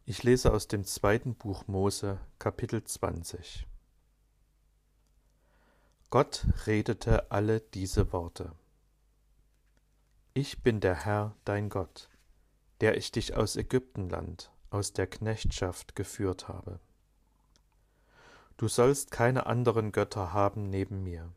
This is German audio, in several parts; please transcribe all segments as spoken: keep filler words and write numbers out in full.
Ich lese aus dem zweiten Buch Mose, Kapitel zwanzig. Gott redete alle diese Worte. Ich bin der Herr, dein Gott, der ich dich aus Ägyptenland, aus der Knechtschaft geführt habe. Du sollst keine anderen Götter haben neben mir.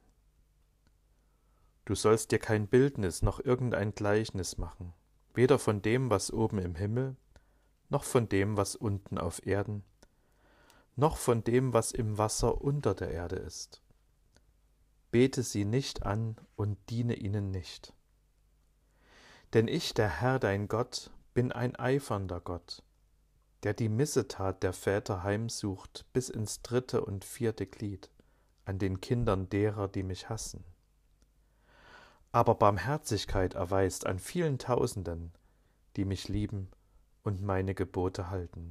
Du sollst dir kein Bildnis noch irgendein Gleichnis machen, weder von dem, was oben im Himmel, noch von dem, was unten auf Erden, noch von dem, was im Wasser unter der Erde ist. Bete sie nicht an und diene ihnen nicht. Denn ich, der Herr, dein Gott, bin ein eifernder Gott, der die Missetat der Väter heimsucht bis ins dritte und vierte Glied, an den Kindern derer, die mich hassen. Aber Barmherzigkeit erweist an vielen Tausenden, die mich lieben und meine Gebote halten.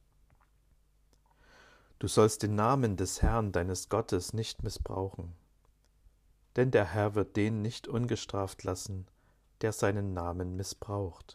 Du sollst den Namen des Herrn, deines Gottes, nicht missbrauchen, denn der Herr wird den nicht ungestraft lassen, der seinen Namen missbraucht.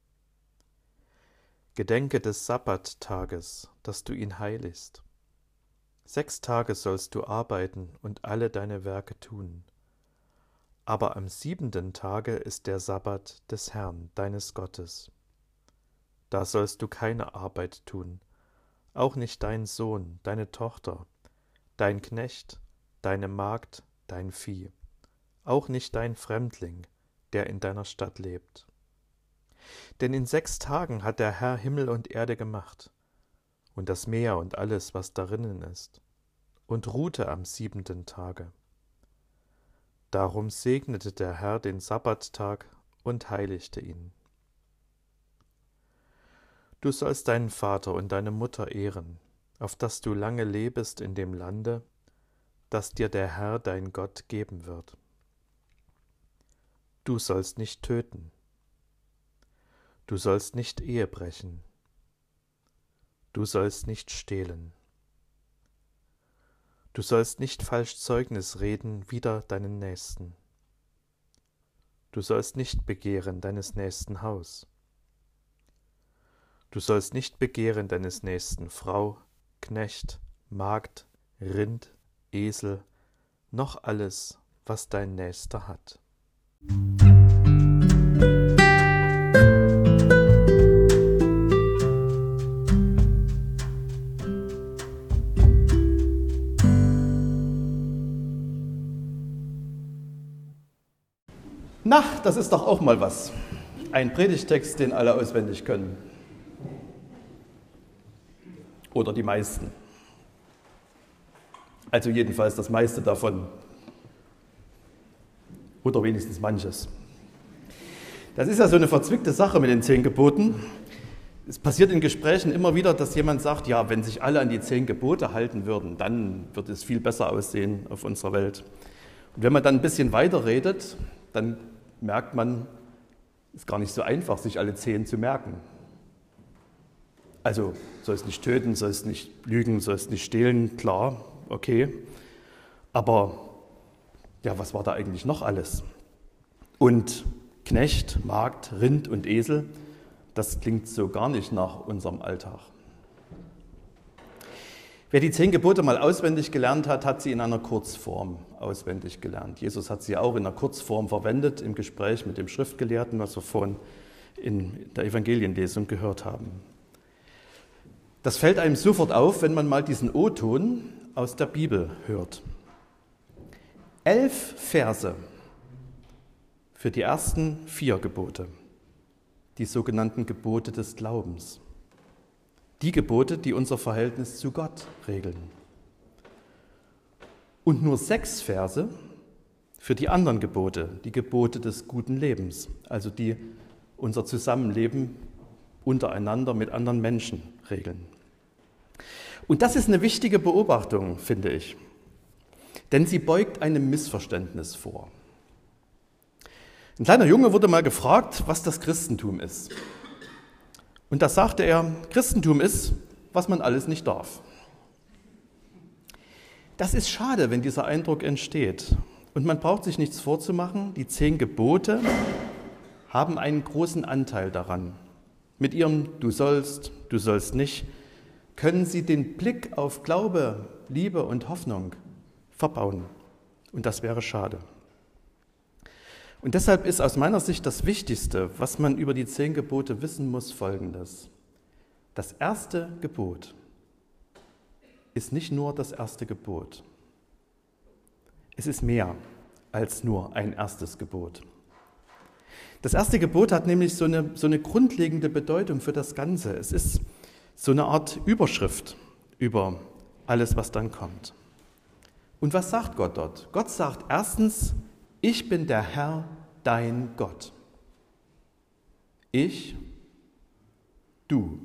Gedenke des Sabbattages, dass du ihn heiligst. Sechs Tage sollst du arbeiten und alle deine Werke tun. Aber am siebenten Tage ist der Sabbat des Herrn, deines Gottes. Da sollst du keine Arbeit tun, auch nicht dein Sohn, deine Tochter, dein Knecht, deine Magd, dein Vieh, auch nicht dein Fremdling, der in deiner Stadt lebt. Denn in sechs Tagen hat der Herr Himmel und Erde gemacht, und das Meer und alles, was darinnen ist, und ruhte am siebenten Tage. Darum segnete der Herr den Sabbattag und heiligte ihn. Du sollst deinen Vater und deine Mutter ehren, auf dass du lange lebest in dem Lande, das dir der Herr dein Gott geben wird. Du sollst nicht töten. Du sollst nicht Ehe brechen. Du sollst nicht stehlen. Du sollst nicht falsch Zeugnis reden wider deinen Nächsten. Du sollst nicht begehren deines Nächsten Haus. Du sollst nicht begehren deines Nächsten Frau, Knecht, Magd, Rind, Esel, noch alles, was dein Nächster hat. Na, das ist doch auch mal was. Ein Predigtext, den alle auswendig können. Oder die meisten. Also jedenfalls das meiste davon. Oder wenigstens manches. Das ist ja so eine verzwickte Sache mit den zehn Geboten. Es passiert in Gesprächen immer wieder, dass jemand sagt, ja, wenn sich alle an die zehn Gebote halten würden, dann würde es viel besser aussehen auf unserer Welt. Und wenn man dann ein bisschen weiter redet, dann merkt man, es ist gar nicht so einfach, sich alle zehn zu merken. Also sollst nicht töten, sollst nicht lügen, sollst nicht stehlen, klar, okay. Aber ja, was war da eigentlich noch alles? Und Knecht, Magd, Rind und Esel, das klingt so gar nicht nach unserem Alltag. Wer die zehn Gebote mal auswendig gelernt hat, hat sie in einer Kurzform auswendig gelernt. Jesus hat sie auch in einer Kurzform verwendet im Gespräch mit dem Schriftgelehrten, was wir vorhin in der Evangelienlesung gehört haben. Das fällt einem sofort auf, wenn man mal diesen O-Ton aus der Bibel hört. Elf Verse für die ersten vier Gebote, die sogenannten Gebote des Glaubens. Die Gebote, die unser Verhältnis zu Gott regeln. Und nur sechs Verse für die anderen Gebote, die Gebote des guten Lebens, also die unser Zusammenleben untereinander mit anderen Menschen regeln. Und das ist eine wichtige Beobachtung, finde ich, denn sie beugt einem Missverständnis vor. Ein kleiner Junge wurde mal gefragt, was das Christentum ist. Und da sagte er, Christentum ist, was man alles nicht darf. Das ist schade, wenn dieser Eindruck entsteht. Und man braucht sich nichts vorzumachen, die zehn Gebote haben einen großen Anteil daran, mit ihrem Du sollst, du sollst nicht, können sie den Blick auf Glaube, Liebe und Hoffnung verbauen. Und das wäre schade. Und deshalb ist aus meiner Sicht das Wichtigste, was man über die zehn Gebote wissen muss, Folgendes. Das erste Gebot ist nicht nur das erste Gebot. Es ist mehr als nur ein erstes Gebot. Das erste Gebot hat nämlich so eine, so eine grundlegende Bedeutung für das Ganze. Es ist so eine Art Überschrift über alles, was dann kommt. Und was sagt Gott dort? Gott sagt erstens, ich bin der Herr, dein Gott. Ich, du.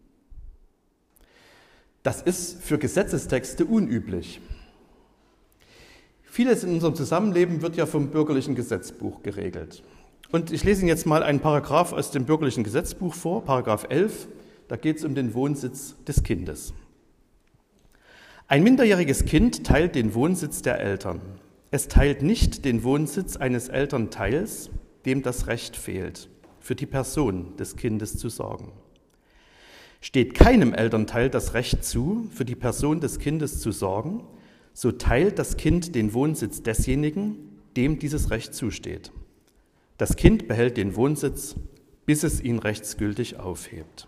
Das ist für Gesetzestexte unüblich. Vieles in unserem Zusammenleben wird ja vom bürgerlichen Gesetzbuch geregelt. Und ich lese Ihnen jetzt mal einen Paragraph aus dem bürgerlichen Gesetzbuch vor, Paragraph elf, da geht es um den Wohnsitz des Kindes. Ein minderjähriges Kind teilt den Wohnsitz der Eltern. Es teilt nicht den Wohnsitz eines Elternteils, dem das Recht fehlt, für die Person des Kindes zu sorgen. Steht keinem Elternteil das Recht zu, für die Person des Kindes zu sorgen, so teilt das Kind den Wohnsitz desjenigen, dem dieses Recht zusteht. Das Kind behält den Wohnsitz, bis es ihn rechtsgültig aufhebt.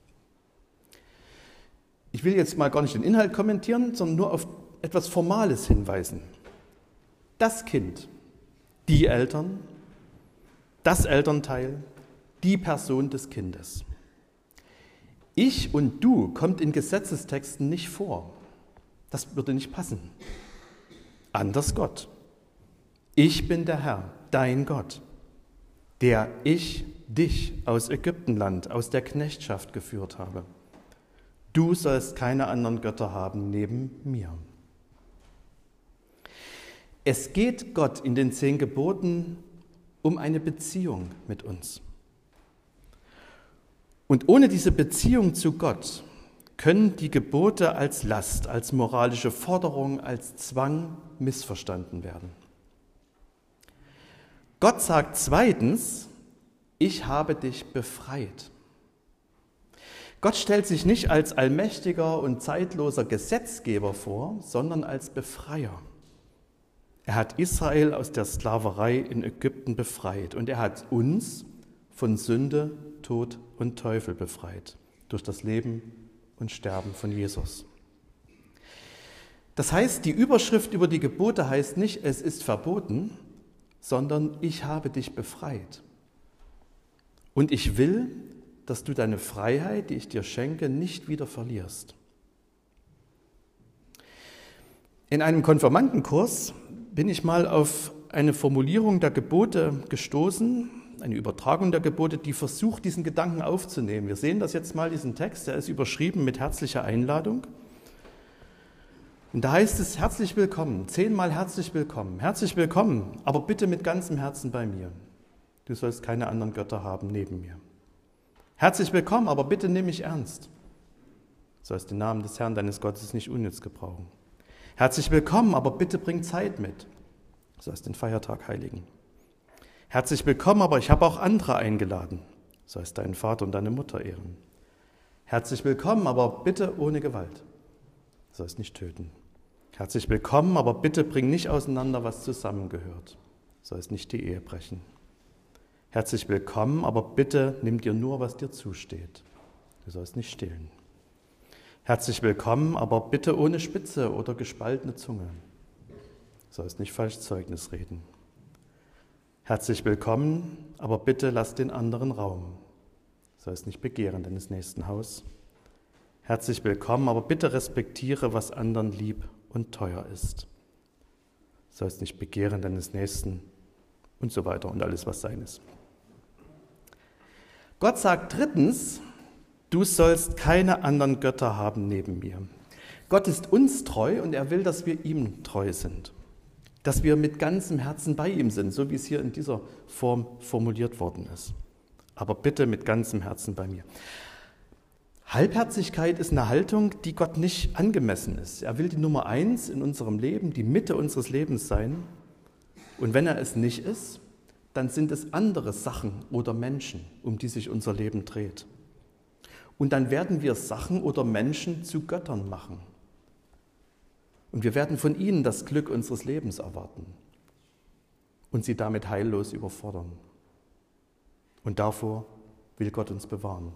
Ich will jetzt mal gar nicht den Inhalt kommentieren, sondern nur auf etwas Formales hinweisen. Das Kind, die Eltern, das Elternteil, die Person des Kindes. Ich und du kommt in Gesetzestexten nicht vor. Das würde nicht passen. Anders Gott. Ich bin der Herr, dein Gott, der ich dich aus Ägyptenland, aus der Knechtschaft geführt habe. Du sollst keine anderen Götter haben neben mir. Es geht Gott in den zehn Geboten um eine Beziehung mit uns. Und ohne diese Beziehung zu Gott können die Gebote als Last, als moralische Forderung, als Zwang missverstanden werden. Gott sagt zweitens, ich habe dich befreit. Gott stellt sich nicht als allmächtiger und zeitloser Gesetzgeber vor, sondern als Befreier. Er hat Israel aus der Sklaverei in Ägypten befreit und er hat uns von Sünde, Tod und Teufel befreit durch das Leben und Sterben von Jesus. Das heißt, die Überschrift über die Gebote heißt nicht, es ist verboten, sondern ich habe dich befreit. Und ich will, dass du deine Freiheit, die ich dir schenke, nicht wieder verlierst. In einem Konfirmandenkurs bin ich mal auf eine Formulierung der Gebote gestoßen, eine Übertragung der Gebote, die versucht, diesen Gedanken aufzunehmen. Wir sehen das jetzt mal, diesen Text, der ist überschrieben mit herzlicher Einladung. Und da heißt es, herzlich willkommen, zehnmal herzlich willkommen, herzlich willkommen, aber bitte mit ganzem Herzen bei mir. Du sollst keine anderen Götter haben neben mir. Herzlich willkommen, aber bitte nimm mich ernst. Du sollst den Namen des Herrn, deines Gottes, nicht unnütz gebrauchen. Herzlich willkommen, aber bitte bring Zeit mit. Du sollst den Feiertag heiligen. Herzlich willkommen, aber ich habe auch andere eingeladen. Du sollst deinen Vater und deine Mutter ehren. Herzlich willkommen, aber bitte ohne Gewalt. Du sollst nicht töten. Herzlich willkommen, aber bitte bring nicht auseinander, was zusammengehört. Du sollst nicht die Ehe brechen. Herzlich willkommen, aber bitte nimm dir nur, was dir zusteht. Du sollst nicht stehlen. Herzlich willkommen, aber bitte ohne Spitze oder gespaltene Zunge. Du sollst nicht falsch Zeugnis reden. Herzlich willkommen, aber bitte lass den anderen Raum. Du sollst nicht begehren deines nächsten Haus. Herzlich willkommen, aber bitte respektiere, was anderen lieb und teuer ist. Du sollst nicht begehren deines Nächsten und so weiter und alles, was sein ist. Gott sagt drittens, du sollst keine anderen Götter haben neben mir. Gott ist uns treu und er will, dass wir ihm treu sind. Dass wir mit ganzem Herzen bei ihm sind, so wie es hier in dieser Form formuliert worden ist. Aber bitte mit ganzem Herzen bei mir. Halbherzigkeit ist eine Haltung, die Gott nicht angemessen ist. Er will die Nummer eins in unserem Leben, die Mitte unseres Lebens sein. Und wenn er es nicht ist, dann sind es andere Sachen oder Menschen, um die sich unser Leben dreht. Und dann werden wir Sachen oder Menschen zu Göttern machen. Und wir werden von ihnen das Glück unseres Lebens erwarten und sie damit heillos überfordern. Und davor will Gott uns bewahren.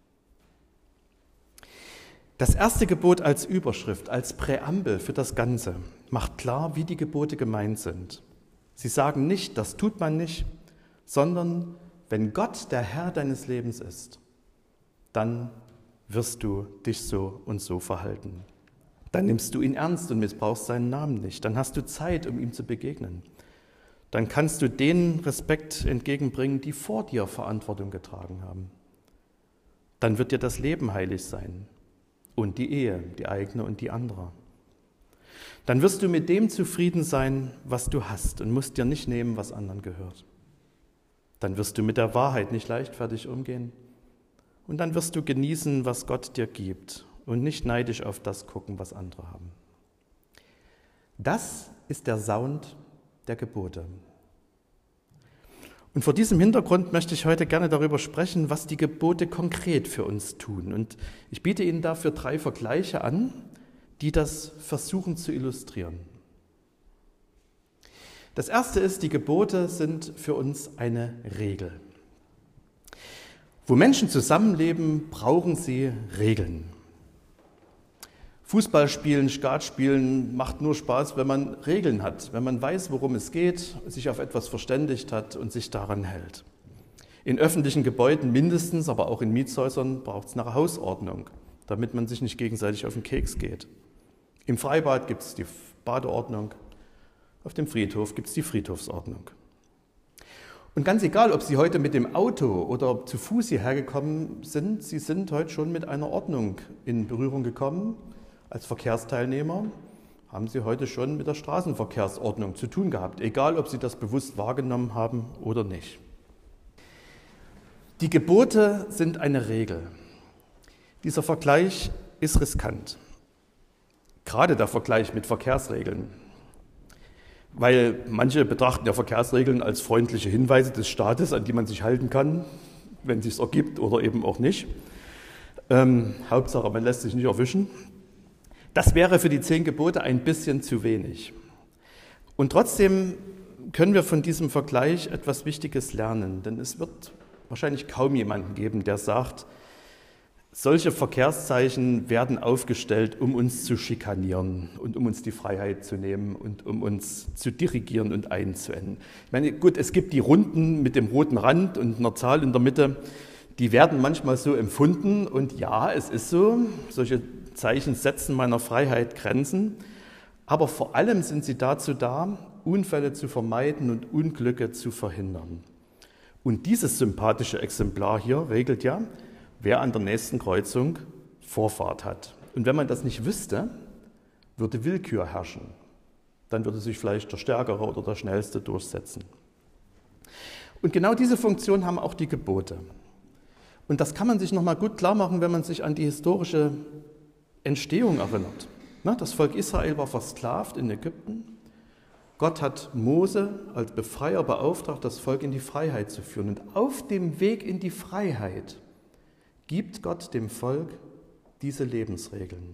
Das erste Gebot als Überschrift, als Präambel für das Ganze, macht klar, wie die Gebote gemeint sind. Sie sagen nicht, das tut man nicht, sondern wenn Gott der Herr deines Lebens ist, dann wirst du dich so und so verhalten. Dann nimmst du ihn ernst und missbrauchst seinen Namen nicht. Dann hast du Zeit, um ihm zu begegnen. Dann kannst du denen Respekt entgegenbringen, die vor dir Verantwortung getragen haben. Dann wird dir das Leben heilig sein und die Ehe, die eigene und die andere. Dann wirst du mit dem zufrieden sein, was du hast und musst dir nicht nehmen, was anderen gehört. Dann wirst du mit der Wahrheit nicht leichtfertig umgehen. Und dann wirst du genießen, was Gott dir gibt und nicht neidisch auf das gucken, was andere haben. Das ist der Sound der Gebote. Und vor diesem Hintergrund möchte ich heute gerne darüber sprechen, was die Gebote konkret für uns tun. Und ich biete Ihnen dafür drei Vergleiche an, die das versuchen zu illustrieren. Das erste ist, die Gebote sind für uns eine Regel. Wo Menschen zusammenleben, brauchen sie Regeln. Fußball spielen, Skat spielen macht nur Spaß, wenn man Regeln hat, wenn man weiß, worum es geht, sich auf etwas verständigt hat und sich daran hält. In öffentlichen Gebäuden mindestens, aber auch in Mietshäusern braucht es eine Hausordnung, damit man sich nicht gegenseitig auf den Keks geht. Im Freibad gibt es die Badeordnung, auf dem Friedhof gibt es die Friedhofsordnung. Und ganz egal, ob Sie heute mit dem Auto oder zu Fuß hierher gekommen sind, Sie sind heute schon mit einer Ordnung in Berührung gekommen. Als Verkehrsteilnehmer haben Sie heute schon mit der Straßenverkehrsordnung zu tun gehabt, egal ob Sie das bewusst wahrgenommen haben oder nicht. Die Gebote sind eine Regel. Dieser Vergleich ist riskant. Gerade der Vergleich mit Verkehrsregeln. Weil manche betrachten ja Verkehrsregeln als freundliche Hinweise des Staates, an die man sich halten kann, wenn es sich ergibt oder eben auch nicht. Ähm, Hauptsache, man lässt sich nicht erwischen. Das wäre für die zehn Gebote ein bisschen zu wenig. Und trotzdem können wir von diesem Vergleich etwas Wichtiges lernen, denn es wird wahrscheinlich kaum jemanden geben, der sagt, solche Verkehrszeichen werden aufgestellt, um uns zu schikanieren und um uns die Freiheit zu nehmen und um uns zu dirigieren und einzuenden. Ich meine, gut, es gibt die Runden mit dem roten Rand und einer Zahl in der Mitte, die werden manchmal so empfunden und ja, es ist so, solche Zeichen setzen meiner Freiheit Grenzen, aber vor allem sind sie dazu da, Unfälle zu vermeiden und Unglücke zu verhindern. Und dieses sympathische Exemplar hier regelt ja, wer an der nächsten Kreuzung Vorfahrt hat. Und wenn man das nicht wüsste, würde Willkür herrschen. Dann würde sich vielleicht der Stärkere oder der Schnellste durchsetzen. Und genau diese Funktion haben auch die Gebote. Und das kann man sich nochmal gut klar machen, wenn man sich an die historische Entstehung erinnert. Das Volk Israel war versklavt in Ägypten. Gott hat Mose als Befreier beauftragt, das Volk in die Freiheit zu führen. Und auf dem Weg in die Freiheit gibt Gott dem Volk diese Lebensregeln.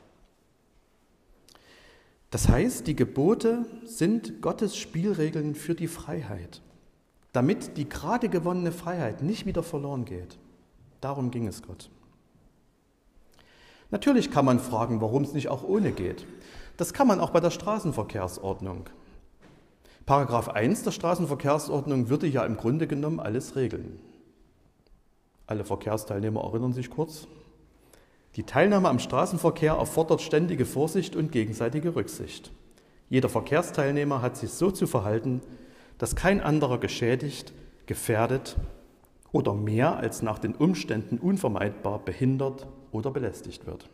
Das heißt, die Gebote sind Gottes Spielregeln für die Freiheit, damit die gerade gewonnene Freiheit nicht wieder verloren geht. Darum ging es Gott. Natürlich kann man fragen, warum es nicht auch ohne geht. Das kann man auch bei der Straßenverkehrsordnung. Paragraph eins der Straßenverkehrsordnung würde ja im Grunde genommen alles regeln. Alle Verkehrsteilnehmer erinnern sich kurz. Die Teilnahme am Straßenverkehr erfordert ständige Vorsicht und gegenseitige Rücksicht. Jeder Verkehrsteilnehmer hat sich so zu verhalten, dass kein anderer geschädigt, gefährdet oder mehr als nach den Umständen unvermeidbar behindert oder belästigt wird.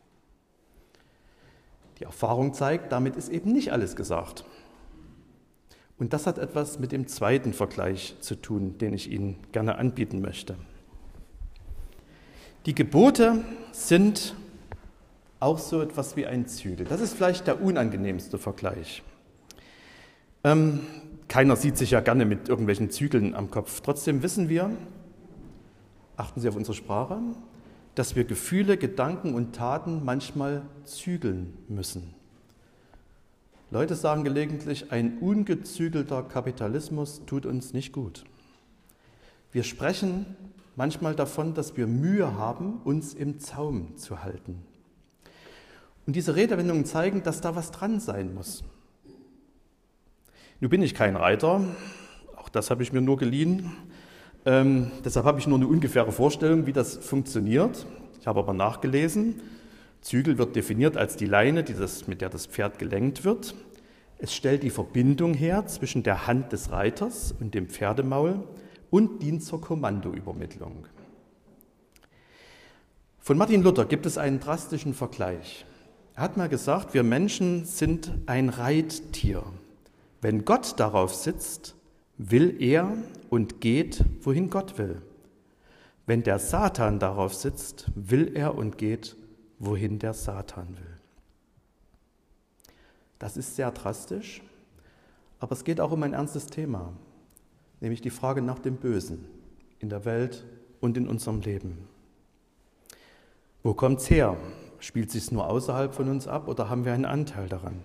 Die Erfahrung zeigt, damit ist eben nicht alles gesagt. Und das hat etwas mit dem zweiten Vergleich zu tun, den ich Ihnen gerne anbieten möchte. Die Gebote sind auch so etwas wie ein Zügel. Das ist vielleicht der unangenehmste Vergleich. Ähm, keiner sieht sich ja gerne mit irgendwelchen Zügeln am Kopf. Trotzdem wissen wir, achten Sie auf unsere Sprache, dass wir Gefühle, Gedanken und Taten manchmal zügeln müssen. Leute sagen gelegentlich, ein ungezügelter Kapitalismus tut uns nicht gut. Wir sprechen manchmal davon, dass wir Mühe haben, uns im Zaum zu halten. Und diese Redewendungen zeigen, dass da was dran sein muss. Nun bin ich kein Reiter, auch das habe ich mir nur geliehen. Ähm, deshalb habe ich nur eine ungefähre Vorstellung, wie das funktioniert. Ich habe aber nachgelesen. Zügel wird definiert als die Leine, die das, mit der das Pferd gelenkt wird. Es stellt die Verbindung her zwischen der Hand des Reiters und dem Pferdemaul und dient zur Kommandoübermittlung. Von Martin Luther gibt es einen drastischen Vergleich. Er hat mal gesagt, wir Menschen sind ein Reittier. Wenn Gott darauf sitzt, will er und geht, wohin Gott will. Wenn der Satan darauf sitzt, will er und geht, wohin der Satan will. Das ist sehr drastisch, aber es geht auch um ein ernstes Thema, nämlich die Frage nach dem Bösen in der Welt und in unserem Leben. Wo kommt's her? Spielt es sich nur außerhalb von uns ab oder haben wir einen Anteil daran?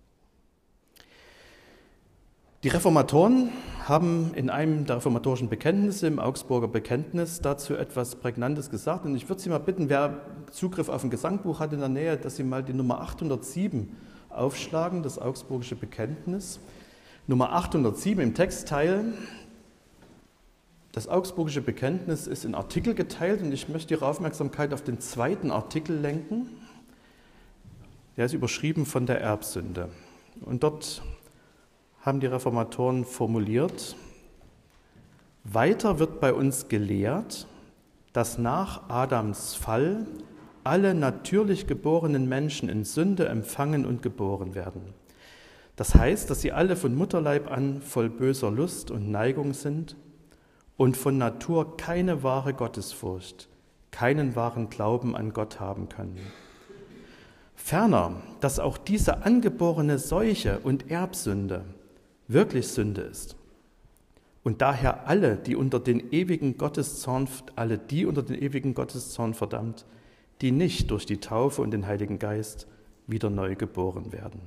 Die Reformatoren haben in einem der reformatorischen Bekenntnisse, im Augsburger Bekenntnis, dazu etwas Prägnantes gesagt. Und ich würde Sie mal bitten, wer Zugriff auf ein Gesangbuch hat in der Nähe, dass Sie mal die Nummer achthundertsieben aufschlagen, das Augsburgische Bekenntnis. Nummer achthundertsieben im Textteil. Das Augsburgische Bekenntnis ist in Artikel geteilt und ich möchte Ihre Aufmerksamkeit auf den zweiten Artikel lenken. Der ist überschrieben von der Erbsünde. Und dort haben die Reformatoren formuliert: Weiter wird bei uns gelehrt, dass nach Adams Fall alle natürlich geborenen Menschen in Sünde empfangen und geboren werden. Das heißt, dass sie alle von Mutterleib an voll böser Lust und Neigung sind und von Natur keine wahre Gottesfurcht, keinen wahren Glauben an Gott haben können. Ferner, dass auch diese angeborene Seuche und Erbsünde wirklich Sünde ist. Und daher alle, die unter den ewigen Gotteszorn, alle die unter den ewigen Gotteszorn verdammt, die nicht durch die Taufe und den Heiligen Geist wieder neu geboren werden.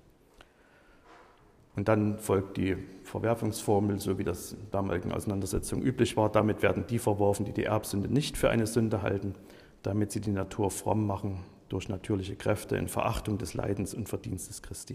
Und dann folgt die Verwerfungsformel, so wie das in damaligen Auseinandersetzungen üblich war. Damit werden die verworfen, die die Erbsünde nicht für eine Sünde halten, damit sie die Natur fromm machen durch natürliche Kräfte in Verachtung des Leidens und Verdienstes Christi.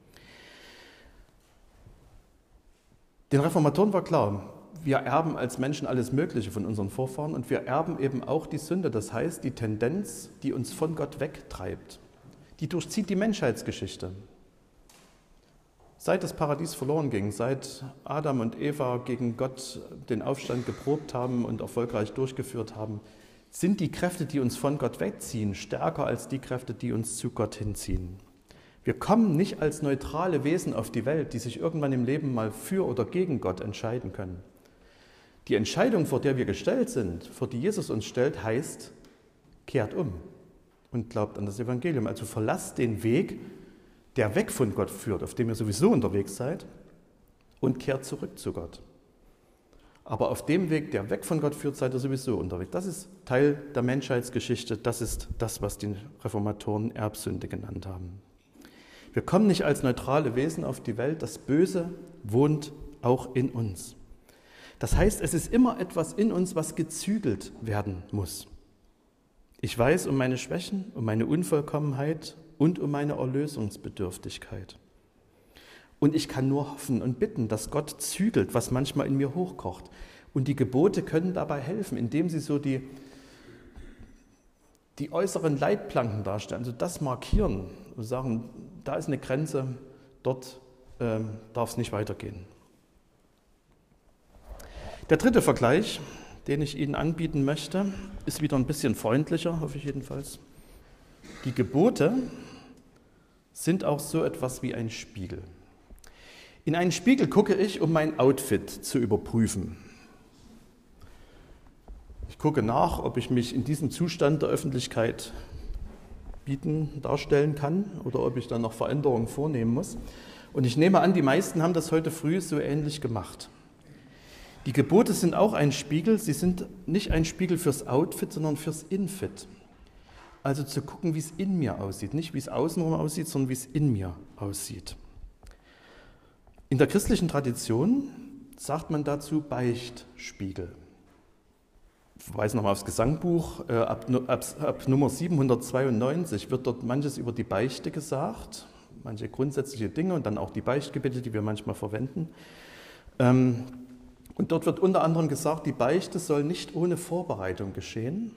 Den Reformatoren war klar, wir erben als Menschen alles Mögliche von unseren Vorfahren und wir erben eben auch die Sünde, das heißt die Tendenz, die uns von Gott wegtreibt. Die durchzieht die Menschheitsgeschichte. Seit das Paradies verloren ging, seit Adam und Eva gegen Gott den Aufstand geprobt haben und erfolgreich durchgeführt haben, sind die Kräfte, die uns von Gott wegziehen, stärker als die Kräfte, die uns zu Gott hinziehen. Wir kommen nicht als neutrale Wesen auf die Welt, die sich irgendwann im Leben mal für oder gegen Gott entscheiden können. Die Entscheidung, vor der wir gestellt sind, vor die Jesus uns stellt, heißt, kehrt um und glaubt an das Evangelium. Also verlasst den Weg, der weg von Gott führt, auf dem ihr sowieso unterwegs seid, und kehrt zurück zu Gott. Aber auf dem Weg, der weg von Gott führt, seid ihr sowieso unterwegs. Das ist Teil der Menschheitsgeschichte, das ist das, was die Reformatoren Erbsünde genannt haben. Wir kommen nicht als neutrale Wesen auf die Welt, das Böse wohnt auch in uns. Das heißt, es ist immer etwas in uns, was gezügelt werden muss. Ich weiß um meine Schwächen, um meine Unvollkommenheit und um meine Erlösungsbedürftigkeit. Und ich kann nur hoffen und bitten, dass Gott zügelt, was manchmal in mir hochkocht. Und die Gebote können dabei helfen, indem sie so die, die äußeren Leitplanken darstellen, also das markieren und sagen, da ist eine Grenze, dort ähm, darf es nicht weitergehen. Der dritte Vergleich, den ich Ihnen anbieten möchte, ist wieder ein bisschen freundlicher, hoffe ich jedenfalls. Die Gebote sind auch so etwas wie ein Spiegel. In einen Spiegel gucke ich, um mein Outfit zu überprüfen. Ich gucke nach, ob ich mich in diesem Zustand der Öffentlichkeit bieten, darstellen kann oder ob ich dann noch Veränderungen vornehmen muss. Und ich nehme an, die meisten haben das heute früh so ähnlich gemacht. Die Gebote sind auch ein Spiegel. Sie sind nicht ein Spiegel fürs Outfit, sondern fürs Infit. Also zu gucken, wie es in mir aussieht. Nicht, wie es außenrum aussieht, sondern wie es in mir aussieht. In der christlichen Tradition sagt man dazu Beichtspiegel. Ich verweise nochmal aufs Gesangbuch. Ab, ab, ab Nummer siebenhundertzweiundneunzig wird dort manches über die Beichte gesagt. Manche grundsätzliche Dinge und dann auch die Beichtgebete, die wir manchmal verwenden. Und dort wird unter anderem gesagt, die Beichte soll nicht ohne Vorbereitung geschehen.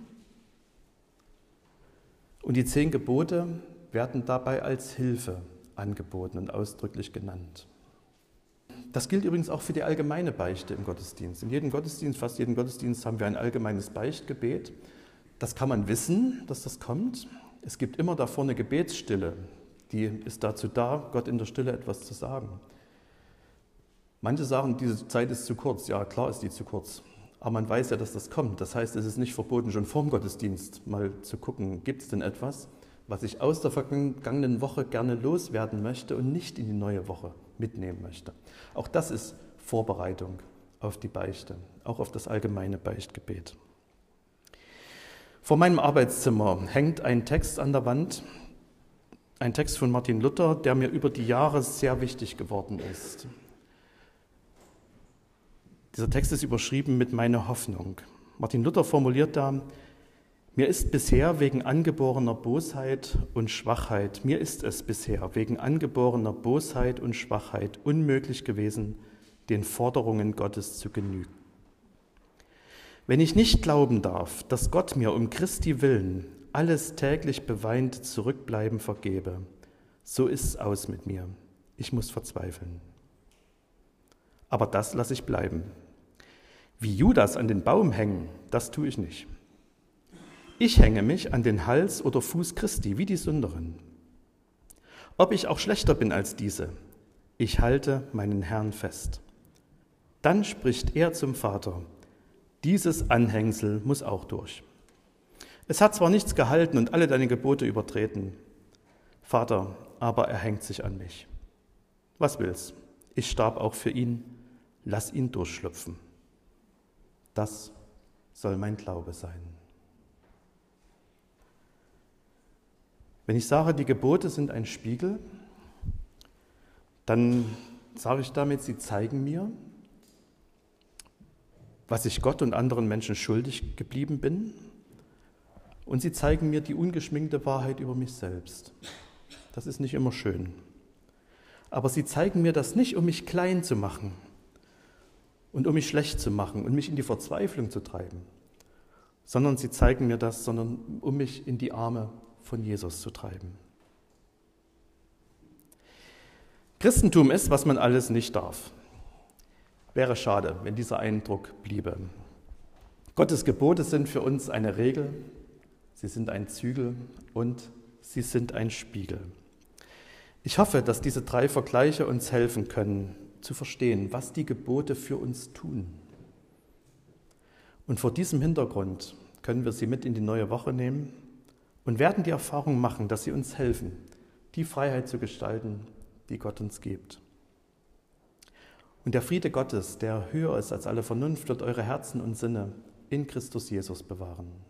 Und die zehn Gebote werden dabei als Hilfe angeboten und ausdrücklich genannt. Das gilt übrigens auch für die allgemeine Beichte im Gottesdienst. In jedem Gottesdienst, fast jedem Gottesdienst haben wir ein allgemeines Beichtgebet. Das kann man wissen, dass das kommt. Es gibt immer davor eine Gebetsstille, die ist dazu da, Gott in der Stille etwas zu sagen. Manche sagen, diese Zeit ist zu kurz. Ja, klar ist die zu kurz. Aber man weiß ja, dass das kommt. Das heißt, es ist nicht verboten, schon vor dem Gottesdienst mal zu gucken, gibt es denn etwas, was ich aus der vergangenen Woche gerne loswerden möchte und nicht in die neue Woche mitnehmen möchte. Auch das ist Vorbereitung auf die Beichte, auch auf das allgemeine Beichtgebet. Vor meinem Arbeitszimmer hängt ein Text an der Wand, ein Text von Martin Luther, der mir über die Jahre sehr wichtig geworden ist. Dieser Text ist überschrieben mit "Meine Hoffnung". Martin Luther formuliert da: Mir ist bisher wegen angeborener Bosheit und Schwachheit, mir ist es bisher wegen angeborener Bosheit und Schwachheit unmöglich gewesen, den Forderungen Gottes zu genügen. Wenn ich nicht glauben darf, dass Gott mir um Christi willen alles täglich beweint zurückbleiben vergebe, so ist's aus mit mir. Ich muss verzweifeln. Aber das lasse ich bleiben. Wie Judas an den Baum hängen, das tue ich nicht. Ich hänge mich an den Hals oder Fuß Christi, wie die Sünderin. Ob ich auch schlechter bin als diese, ich halte meinen Herrn fest. Dann spricht er zum Vater: Dieses Anhängsel muss auch durch. Es hat zwar nichts gehalten und alle deine Gebote übertreten, Vater, aber er hängt sich an mich. Was will's? Ich starb auch für ihn, lass ihn durchschlüpfen. Das soll mein Glaube sein. Wenn ich sage, die Gebote sind ein Spiegel, dann sage ich damit, sie zeigen mir, was ich Gott und anderen Menschen schuldig geblieben bin, und sie zeigen mir die ungeschminkte Wahrheit über mich selbst. Das ist nicht immer schön. Aber sie zeigen mir das nicht, um mich klein zu machen und um mich schlecht zu machen und mich in die Verzweiflung zu treiben, sondern sie zeigen mir das, sondern um mich in die Arme von Jesus zu treiben. Christentum ist, was man alles nicht darf. Wäre schade, wenn dieser Eindruck bliebe. Gottes Gebote sind für uns eine Regel, sie sind ein Zügel und sie sind ein Spiegel. Ich hoffe, dass diese drei Vergleiche uns helfen können, zu verstehen, was die Gebote für uns tun. Und vor diesem Hintergrund können wir sie mit in die neue Woche nehmen und werden die Erfahrung machen, dass sie uns helfen, die Freiheit zu gestalten, die Gott uns gibt. Und der Friede Gottes, der höher ist als alle Vernunft, wird eure Herzen und Sinne in Christus Jesus bewahren.